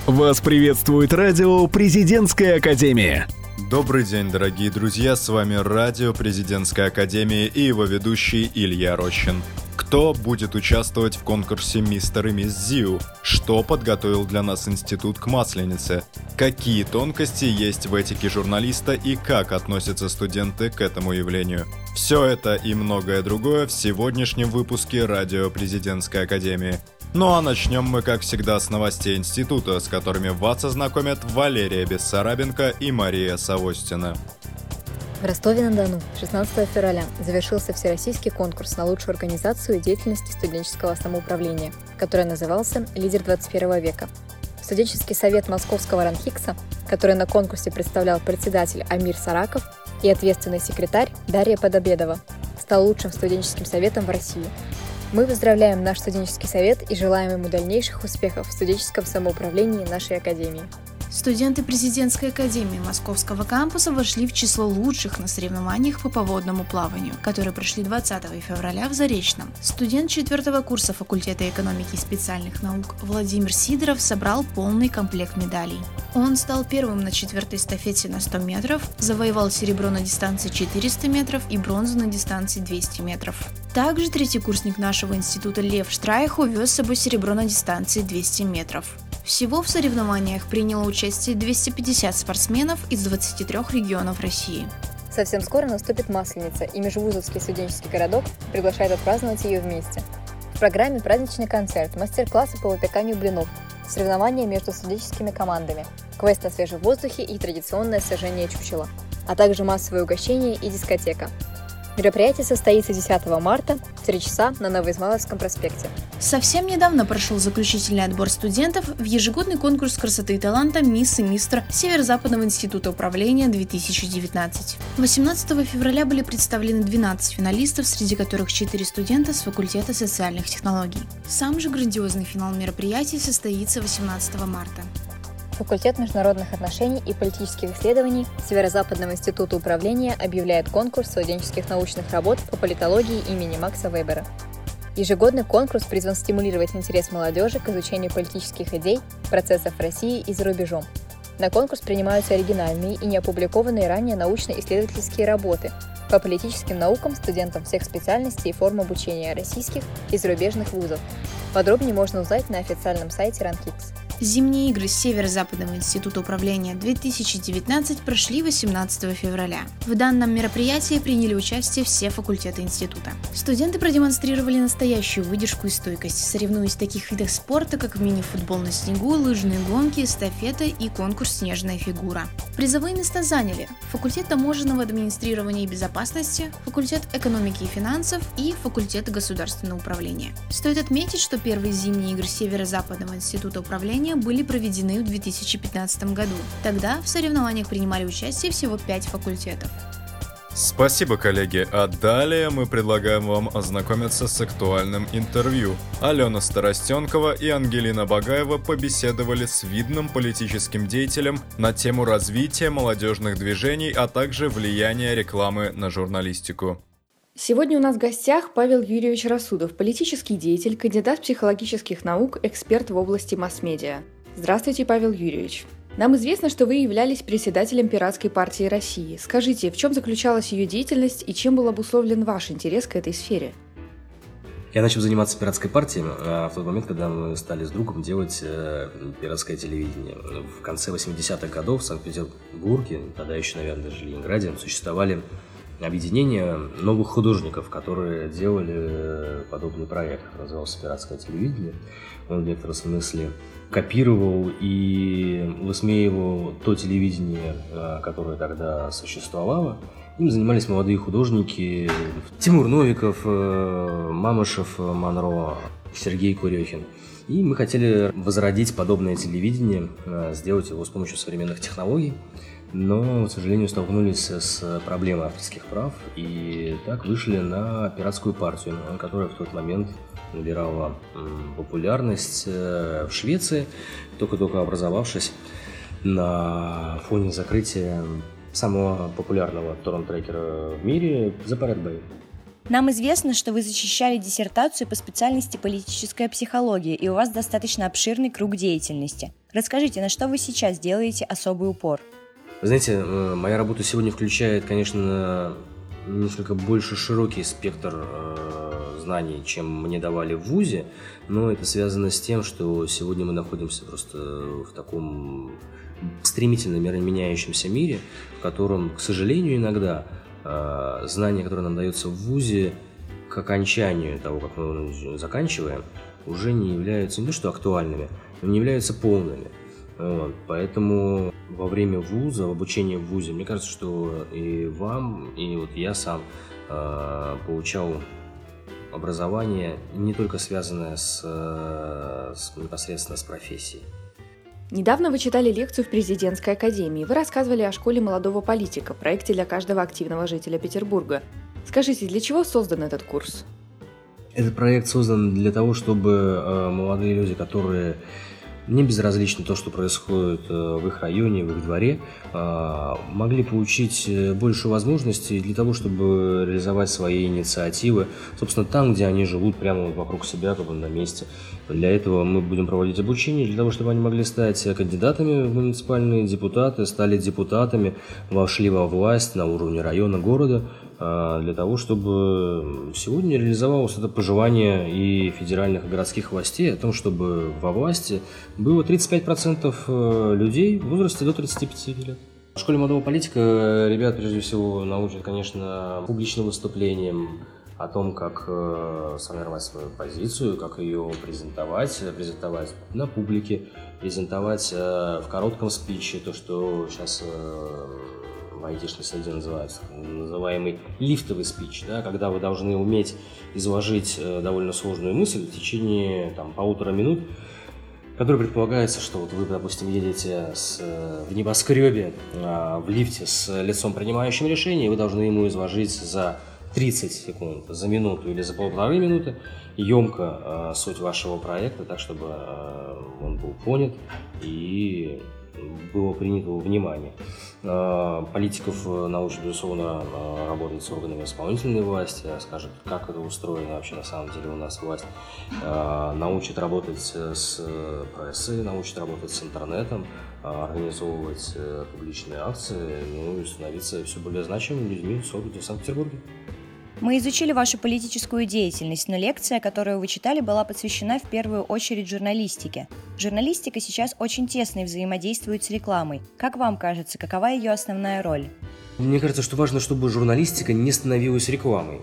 Вас приветствует радио «Президентская академия». Добрый день, дорогие друзья, с вами радио «Президентская академия» и его ведущий Илья Рощин. Кто будет участвовать в конкурсе «Мистер и мисс Зиу»? Что подготовил для нас институт к Масленице? Какие тонкости есть в этике журналиста и как относятся студенты к этому явлению? Все это и многое другое в сегодняшнем выпуске радио «Президентская академия». Ну а начнем мы, как всегда, с новостей института, с которыми вас ознакомят Валерия Бессарабенко и Мария Савостина. В Ростове-на-Дону 16 февраля завершился всероссийский конкурс на лучшую организацию деятельности студенческого самоуправления, который назывался «Лидер 21 века». Студенческий совет Московского РАНХИКСа, который на конкурсе представлял председатель Амир Сараков и ответственный секретарь Дарья Подобедова, стал лучшим студенческим советом в России. Мы поздравляем наш студенческий совет и желаем ему дальнейших успехов в студенческом самоуправлении нашей академии. Студенты президентской академии Московского кампуса вошли в число лучших на соревнованиях по подводному плаванию, которые прошли 20 февраля в Заречном. Студент 4 курса факультета экономики и специальных наук Владимир Сидоров собрал полный комплект медалей. Он стал первым на 4-й эстафете на 100 метров, завоевал серебро на дистанции 400 метров и бронзу на дистанции 200 метров. Также третий курсник нашего института Лев Штрайх увез с собой серебро на дистанции 200 метров. Всего в соревнованиях приняло участие 250 спортсменов из 23 регионов России. Совсем скоро наступит Масленица, и Межвузовский студенческий городок приглашает отпраздновать ее вместе. В программе праздничный концерт, мастер-классы по выпеканию блинов, соревнования между студенческими командами, квест на свежем воздухе и традиционное сожжение чучела, а также массовые угощения и дискотека. Мероприятие состоится 10 марта в 3 часа на Новоизмайловском проспекте. Совсем недавно прошел заключительный отбор студентов в ежегодный конкурс красоты и таланта «Мисс и мистер» Северо-Западного института управления 2019. 18 февраля были представлены 12 финалистов, среди которых 4 студента с факультета социальных технологий. Сам же грандиозный финал мероприятия состоится 18 марта. Факультет международных отношений и политических исследований Северо-Западного института управления объявляет конкурс студенческих научных работ по политологии имени Макса Вебера. Ежегодный конкурс призван стимулировать интерес молодежи к изучению политических идей, процессов в России и за рубежом. На конкурс принимаются оригинальные и неопубликованные ранее научно-исследовательские работы по политическим наукам студентам всех специальностей и форм обучения российских и зарубежных вузов. Подробнее можно узнать на официальном сайте РАНХИКС. Зимние игры Северо-Западного института управления 2019 прошли 18 февраля. В данном мероприятии приняли участие все факультеты института. Студенты продемонстрировали настоящую выдержку и стойкость, соревнуясь в таких видах спорта, как мини-футбол на снегу, лыжные гонки, эстафета и конкурс «Снежная фигура». Призовые места заняли факультет таможенного администрирования и безопасности, факультет экономики и финансов и факультет государственного управления. Стоит отметить, что первые зимние игры Северо-Западного института управления были проведены в 2015 году. Тогда в соревнованиях принимали участие всего 5 факультетов. Спасибо, коллеги. А далее мы предлагаем вам ознакомиться с актуальным интервью. Алена Старостенкова и Ангелина Багаева побеседовали с видным политическим деятелем на тему развития молодежных движений, а также влияния рекламы на журналистику. Сегодня у нас в гостях Павел Юрьевич Расудов, политический деятель, кандидат психологических наук, эксперт в области масс-медиа. Здравствуйте, Павел Юрьевич. Нам известно, что вы являлись председателем Пиратской партии России. Скажите, в чем заключалась ее деятельность и чем был обусловлен ваш интерес к этой сфере? Я начал заниматься пиратской партией в тот момент, когда мы стали с другом делать пиратское телевидение. В конце 80-х годов в Санкт-Петербурге, тогда еще, наверное, даже в Ленинграде, существовали объединение новых художников, которые делали подобный проект. Назывался «Пиратское телевидение». Он в некотором смысле копировал и высмеивал то телевидение, которое тогда существовало. Им занимались молодые художники Тимур Новиков, Мамышев Монро, Сергей Курехин. И мы хотели возродить подобное телевидение, сделать его с помощью современных технологий. Но, к сожалению, столкнулись с проблемой авторских прав и так вышли на пиратскую партию, которая в тот момент набирала популярность в Швеции, только-только образовавшись на фоне закрытия самого популярного торрент-трекера в мире The Pirate Bay. Нам известно, что вы защищали диссертацию по специальности политическая психология, и у вас достаточно обширный круг деятельности. Расскажите, на что вы сейчас делаете особый упор? Вы знаете, моя работа сегодня включает, конечно, несколько больше широкий спектр знаний, чем мне давали в ВУЗе, но это связано с тем, что сегодня мы находимся просто в таком стремительно меняющемся мире, в котором, к сожалению, иногда знания, которые нам даются в ВУЗе, к окончанию того, как мы заканчиваем, уже не являются не то что актуальными, но не являются полными. Вот. Поэтому во время вуза, в обучении в вузе, мне кажется, что и вам, и вот я сам получал образование не только связанное непосредственно с профессией. Недавно вы читали лекцию в Президентской академии. Вы рассказывали о школе молодого политика, проекте для каждого активного жителя Петербурга. Скажите, для чего создан этот курс? Этот проект создан для того, чтобы молодые люди, которые не безразлично то, что происходит в их районе, в их дворе, могли получить больше возможностей для того, чтобы реализовать свои инициативы, собственно, там, где они живут, прямо вокруг себя, как бы на месте. Для этого мы будем проводить обучение, для того, чтобы они могли стать кандидатами в муниципальные депутаты, стали депутатами, вошли во власть на уровне района, города, для того, чтобы сегодня реализовалось это пожелание и федеральных, и городских властей о том, чтобы во власти было 35% людей в возрасте до 35 лет. В школе молодого политика ребят прежде всего научат, конечно, публичным выступлениям, о том, как сформировать свою позицию, как ее презентовать на публике, презентовать в коротком спиче, то, что сейчас в айтишной среде называется, называемый лифтовый спич, да, когда вы должны уметь изложить довольно сложную мысль в течение 1,5 минут, который предполагается, что вот вы, допустим, едете в небоскребе, в лифте с лицом, принимающим решение, и вы должны ему изложить за 30 секунд, за минуту или за 1,5 минуты емко суть вашего проекта, так, чтобы он был понят и было принято во внимание. Политиков научат, безусловно, работать с органами исполнительной власти, скажут, как это устроено вообще на самом деле у нас власть, научат работать с прессой, научат работать с интернетом, организовывать публичные акции, ну и становиться все более значимыми людьми в Санкт-Петербурге. Мы изучили вашу политическую деятельность, но лекция, которую вы читали, была посвящена в первую очередь журналистике. Журналистика сейчас очень тесно взаимодействует с рекламой. Как вам кажется, какова ее основная роль? Мне кажется, что важно, чтобы журналистика не становилась рекламой.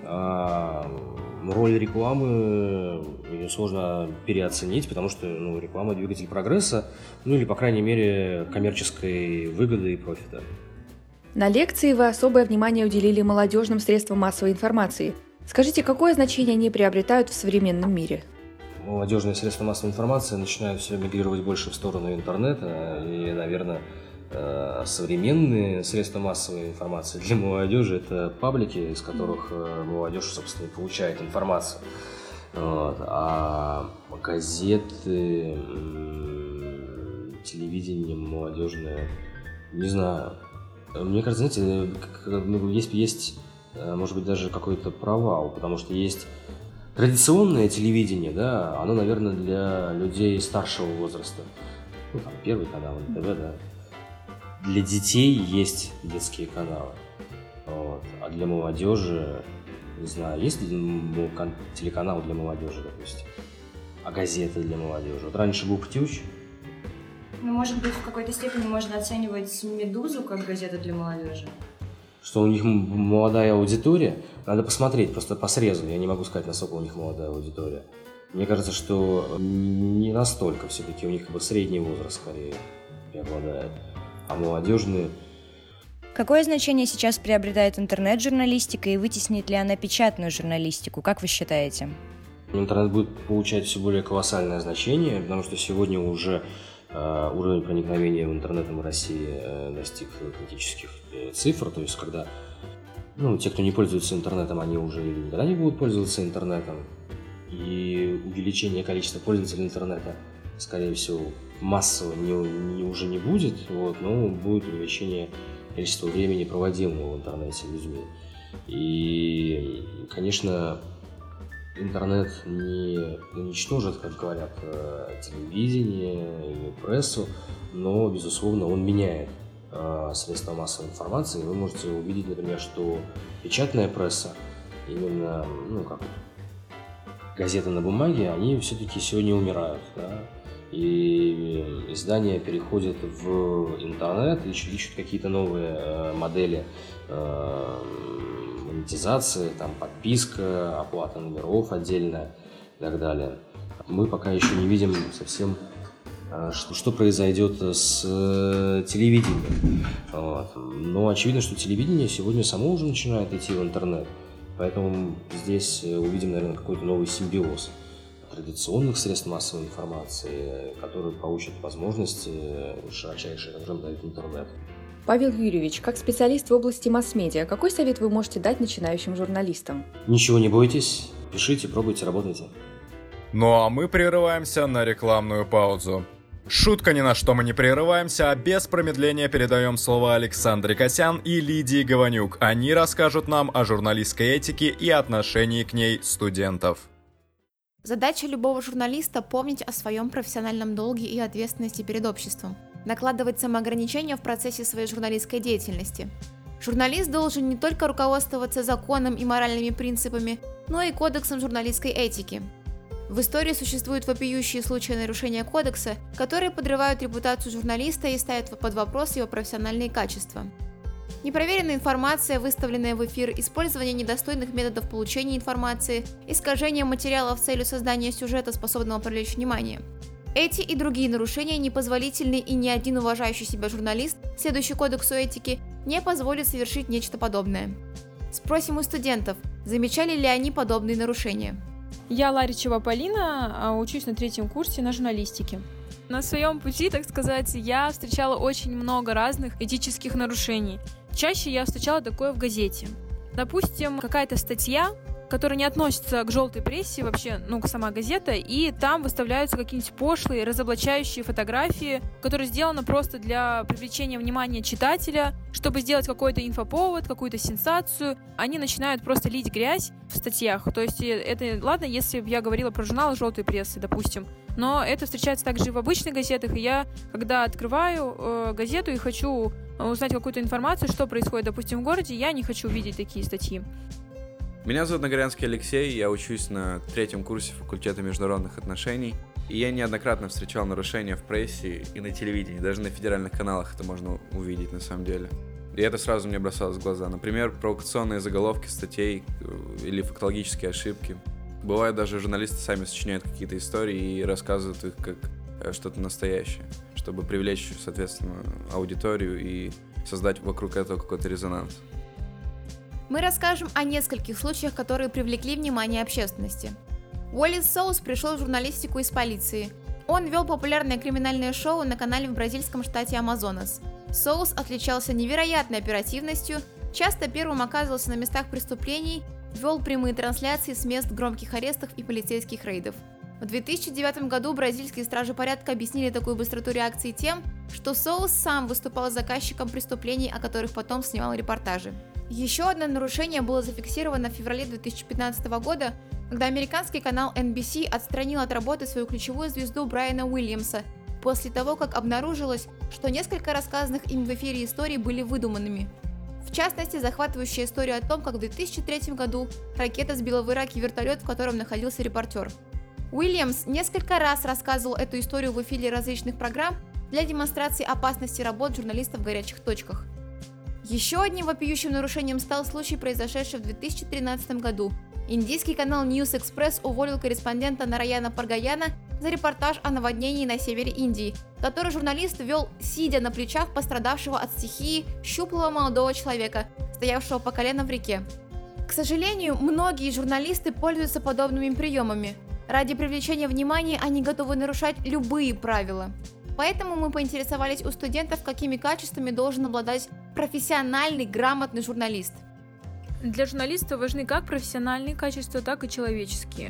Роль рекламы, ее сложно переоценить, потому что реклама – двигатель прогресса, или, по крайней мере, коммерческой выгоды и профита. На лекции вы особое внимание уделили молодежным средствам массовой информации. Скажите, какое значение они приобретают в современном мире? Молодежные средства массовой информации начинают все мигрировать больше в сторону интернета, и, наверное, современные средства массовой информации для молодежи – это паблики, из которых молодежь, собственно, получает информацию. А газеты, телевидение молодежное, не знаю. Мне кажется, знаете, есть, может быть, даже какой-то провал, потому что есть традиционное телевидение, да, оно, наверное, для людей старшего возраста. Первый канал, НТВ, да. Для детей есть детские каналы, а для молодежи, не знаю, есть ли телеканал для молодежи, допустим, а газеты для молодежи. Вот раньше был «Птюч». Может быть, в какой-то степени можно оценивать «Медузу» как газету для молодежи? Что у них молодая аудитория, надо посмотреть просто по срезу, я не могу сказать, насколько у них молодая аудитория. Мне кажется, что не настолько, все-таки у них средний возраст скорее преобладает, а молодежные... Какое значение сейчас приобретает интернет-журналистика и вытеснит ли она печатную журналистику, как вы считаете? Интернет будет получать все более колоссальное значение, потому что сегодня уже уровень проникновения в интернет в России достиг критических цифр, то есть когда те, кто не пользуется интернетом, они уже никогда не будут пользоваться интернетом, и увеличение количества пользователей интернета, скорее всего, массово уже не будет, но будет увеличение количества времени, проводимого в интернете людьми. И, конечно, интернет не уничтожит, как говорят, телевидение или прессу, но, безусловно, он меняет средства массовой информации. Вы можете увидеть, например, что печатная пресса, именно, как газеты на бумаге, они все-таки сегодня умирают, да? И издания переходят в интернет, ищут какие-то новые модели монетизации, там подписка, оплата номеров отдельно и так далее. Мы пока еще не видим совсем, что произойдет с телевидением. Но очевидно, что телевидение сегодня само уже начинает идти в интернет. Поэтому здесь увидим, наверное, какой-то новый симбиоз традиционных средств массовой информации, которые получат возможность широчайшей разработать интернет. Павел Юрьевич, как специалист в области масс-медиа, какой совет вы можете дать начинающим журналистам? Ничего не бойтесь, пишите, пробуйте, работайте. Ну а мы прерываемся на рекламную паузу. Шутка, ни на что мы не прерываемся, а без промедления передаем слово Александре Косян и Лидии Гованюк. Они расскажут нам о журналистской этике и отношении к ней студентов. Задача любого журналиста – помнить о своем профессиональном долге и ответственности перед обществом, накладывать самоограничения в процессе своей журналистской деятельности. Журналист должен не только руководствоваться законом и моральными принципами, но и кодексом журналистской этики. В истории существуют вопиющие случаи нарушения кодекса, которые подрывают репутацию журналиста и ставят под вопрос его профессиональные качества. Непроверенная информация, выставленная в эфир, использование недостойных методов получения информации, искажение материалов с целью создания сюжета, способного привлечь внимание. Эти и другие нарушения непозволительны, и ни один уважающий себя журналист, следующий кодексу этики, не позволит совершить нечто подобное. Спросим у студентов, замечали ли они подобные нарушения. Я Ларичева Полина, учусь на 3-м курсе на журналистике. На своем пути, так сказать, я встречала очень много разных этических нарушений. Чаще я встречала такое в газете. Допустим, какая-то статья, которая не относится к желтой прессе, вообще, сама газета, и там выставляются какие-нибудь пошлые, разоблачающие фотографии, которые сделаны просто для привлечения внимания читателя, чтобы сделать какой-то инфоповод, какую-то сенсацию. Они начинают просто лить грязь в статьях. То есть это ладно, если бы я говорила про журнал желтой прессы, допустим, но это встречается также и в обычных газетах, и я, когда открываю газету и хочу узнать какую-то информацию, что происходит, допустим, в городе, я не хочу видеть такие статьи. Меня зовут Нагорянский Алексей, я учусь на 3-м курсе факультета международных отношений, и я неоднократно встречал нарушения в прессе и на телевидении, даже на федеральных каналах это можно увидеть на самом деле. И это сразу мне бросалось в глаза. Например, провокационные заголовки статей или фактологические ошибки. Бывает, даже журналисты сами сочиняют какие-то истории и рассказывают их как что-то настоящее, чтобы привлечь, соответственно, аудиторию и создать вокруг этого какой-то резонанс. Мы расскажем о нескольких случаях, которые привлекли внимание общественности. Уоллес Соус пришел в журналистику из полиции. Он вел популярное криминальное шоу на канале в бразильском штате Амазонас. Соус отличался невероятной оперативностью, часто первым оказывался на местах преступлений, вел прямые трансляции с мест громких арестов и полицейских рейдов. В 2009 году бразильские стражи порядка объяснили такую быстроту реакции тем, что Соус сам выступал заказчиком преступлений, о которых потом снимал репортажи. Еще одно нарушение было зафиксировано в феврале 2015 года, когда американский канал NBC отстранил от работы свою ключевую звезду Брайана Уильямса после того, как обнаружилось, что несколько рассказанных им в эфире историй были выдуманными. В частности, захватывающая история о том, как в 2003 году ракета сбила в Ираке вертолет, в котором находился репортер. Уильямс несколько раз рассказывал эту историю в эфире различных программ для демонстрации опасности работ журналистов в горячих точках. Еще одним вопиющим нарушением стал случай, произошедший в 2013 году. Индийский канал News Express уволил корреспондента Нараяна Паргаяна за репортаж о наводнении на севере Индии, который журналист вел, сидя на плечах пострадавшего от стихии щуплого молодого человека, стоявшего по колено в реке. К сожалению, многие журналисты пользуются подобными приемами. Ради привлечения внимания они готовы нарушать любые правила. Поэтому мы поинтересовались у студентов, какими качествами должен обладать профессиональный, грамотный журналист. Для журналиста важны как профессиональные качества, так и человеческие.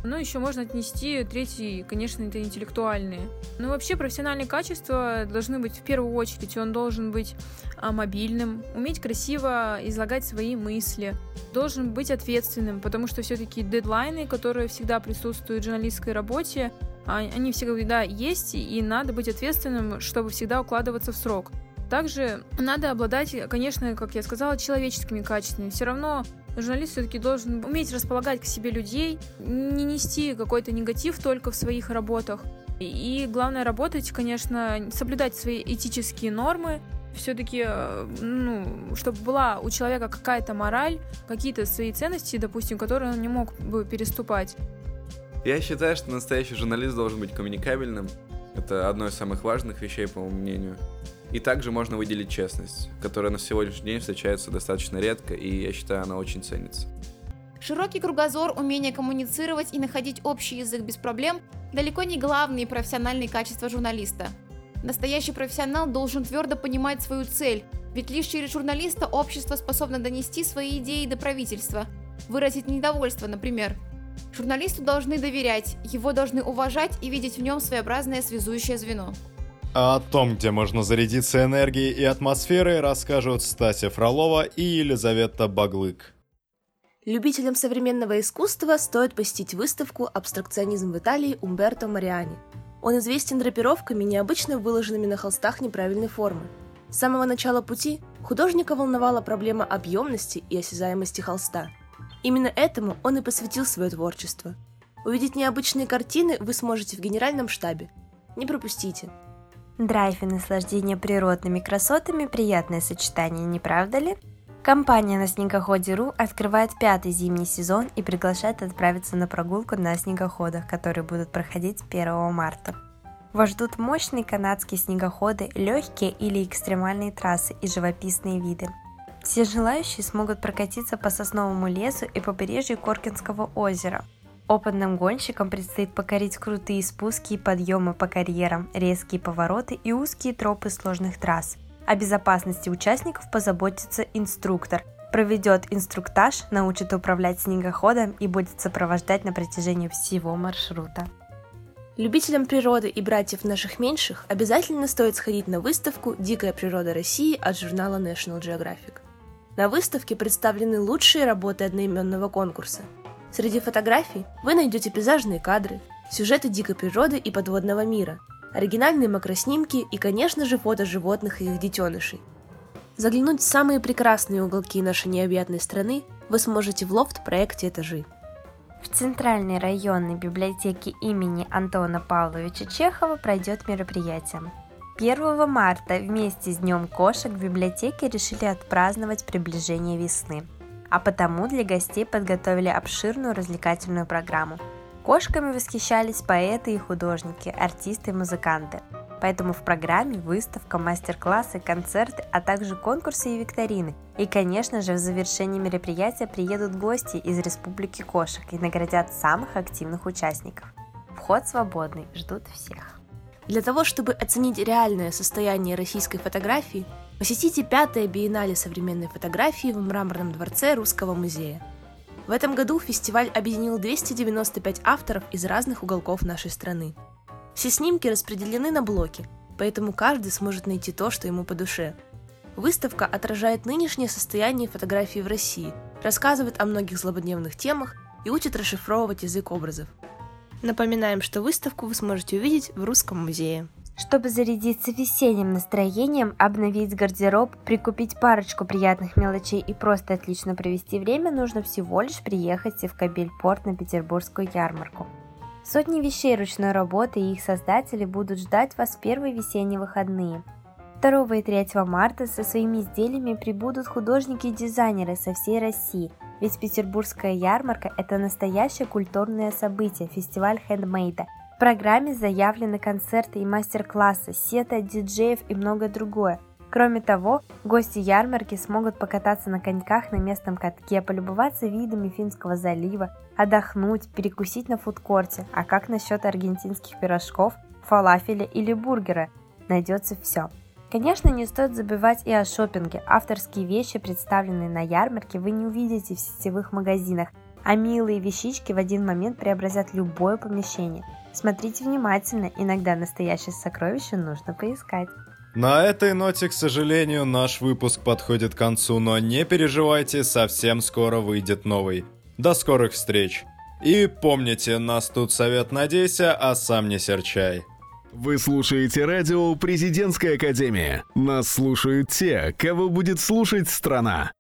Ну, еще можно отнести третий, конечно, это интеллектуальные. Но вообще профессиональные качества должны быть в первую очередь. Он должен быть мобильным, уметь красиво излагать свои мысли, должен быть ответственным, потому что все-таки дедлайны, которые всегда присутствуют в журналистской работе, они всегда есть, и надо быть ответственным, чтобы всегда укладываться в срок. Также надо обладать, конечно, как я сказала, человеческими качествами. Все равно журналист все-таки должен уметь располагать к себе людей, не нести какой-то негатив только в своих работах. И главное работать, конечно, соблюдать свои этические нормы, все-таки, чтобы была у человека какая-то мораль, какие-то свои ценности, допустим, которые он не мог бы переступать. Я считаю, что настоящий журналист должен быть коммуникабельным. Это одно из самых важных вещей, по моему мнению. И также можно выделить честность, которая на сегодняшний день встречается достаточно редко, и я считаю, она очень ценится. Широкий кругозор, умение коммуницировать и находить общий язык без проблем – далеко не главные профессиональные качества журналиста. Настоящий профессионал должен твердо понимать свою цель, ведь лишь через журналиста общество способно донести свои идеи до правительства, выразить недовольство, например. Журналисту должны доверять, его должны уважать и видеть в нем своеобразное связующее звено. А о том, где можно зарядиться энергией и атмосферой, расскажут Стася Фролова и Елизавета Баглык. Любителям современного искусства стоит посетить выставку «Абстракционизм в Италии» Умберто Мариани. Он известен драпировками, необычно выложенными на холстах неправильной формы. С самого начала пути художника волновала проблема объемности и осязаемости холста. Именно этому он и посвятил свое творчество. Увидеть необычные картины вы сможете в генеральном штабе. Не пропустите. Драйв и наслаждение природными красотами – приятное сочетание, не правда ли? Компания на снегоходе.ру открывает 5-й зимний сезон и приглашает отправиться на прогулку на снегоходах, которые будут проходить 1 марта. Вас ждут мощные канадские снегоходы, легкие или экстремальные трассы и живописные виды. Все желающие смогут прокатиться по сосновому лесу и побережью Коркинского озера. Опытным гонщикам предстоит покорить крутые спуски и подъемы по карьерам, резкие повороты и узкие тропы сложных трасс. О безопасности участников позаботится инструктор, проведет инструктаж, научит управлять снегоходом и будет сопровождать на протяжении всего маршрута. Любителям природы и братьев наших меньших обязательно стоит сходить на выставку «Дикая природа России» от журнала National Geographic. На выставке представлены лучшие работы одноименного конкурса. Среди фотографий вы найдете пейзажные кадры, сюжеты дикой природы и подводного мира, оригинальные макроснимки и, конечно же, фото животных и их детенышей. Заглянуть в самые прекрасные уголки нашей необъятной страны вы сможете в лофт-проекте «Этажи». В Центральной районной библиотеке имени Антона Павловича Чехова пройдет мероприятие. 1 марта вместе с Днем кошек в библиотеке решили отпраздновать приближение весны, а потому для гостей подготовили обширную развлекательную программу. Кошками восхищались поэты и художники, артисты и музыканты. Поэтому в программе выставка, мастер-классы, концерты, а также конкурсы и викторины. И, конечно же, в завершении мероприятия приедут гости из Республики кошек и наградят самых активных участников. Вход свободный, ждут всех. Для того, чтобы оценить реальное состояние российской фотографии, посетите 5-е биеннале современной фотографии в Мраморном дворце Русского музея. В этом году фестиваль объединил 295 авторов из разных уголков нашей страны. Все снимки распределены на блоки, поэтому каждый сможет найти то, что ему по душе. Выставка отражает нынешнее состояние фотографии в России, рассказывает о многих злободневных темах и учит расшифровывать язык образов. Напоминаем, что выставку вы сможете увидеть в Русском музее. Чтобы зарядиться весенним настроением, обновить гардероб, прикупить парочку приятных мелочей и просто отлично провести время, нужно всего лишь приехать в Севкабель-Порт на Петербургскую ярмарку. Сотни вещей ручной работы и их создатели будут ждать вас в первые весенние выходные. 2 и 3 марта со своими изделиями прибудут художники и дизайнеры со всей России, ведь Петербургская ярмарка – это настоящее культурное событие, фестиваль хендмейда. В программе заявлены концерты и мастер-классы, сеты от диджеев и многое другое. Кроме того, гости ярмарки смогут покататься на коньках на местном катке, полюбоваться видами Финского залива, отдохнуть, перекусить на фудкорте. А как насчет аргентинских пирожков, фалафеля или бургера? Найдется все. Конечно, не стоит забывать и о шопинге. Авторские вещи, представленные на ярмарке, вы не увидите в сетевых магазинах. А милые вещички в один момент преобразят любое помещение. Смотрите внимательно, иногда настоящее сокровище нужно поискать. На этой ноте, к сожалению, наш выпуск подходит к концу, но не переживайте, совсем скоро выйдет новый. До скорых встреч! И помните, нас тут совет надейся, а сам не серчай. Вы слушаете радио «Президентская академия». Нас слушают те, кого будет слушать страна.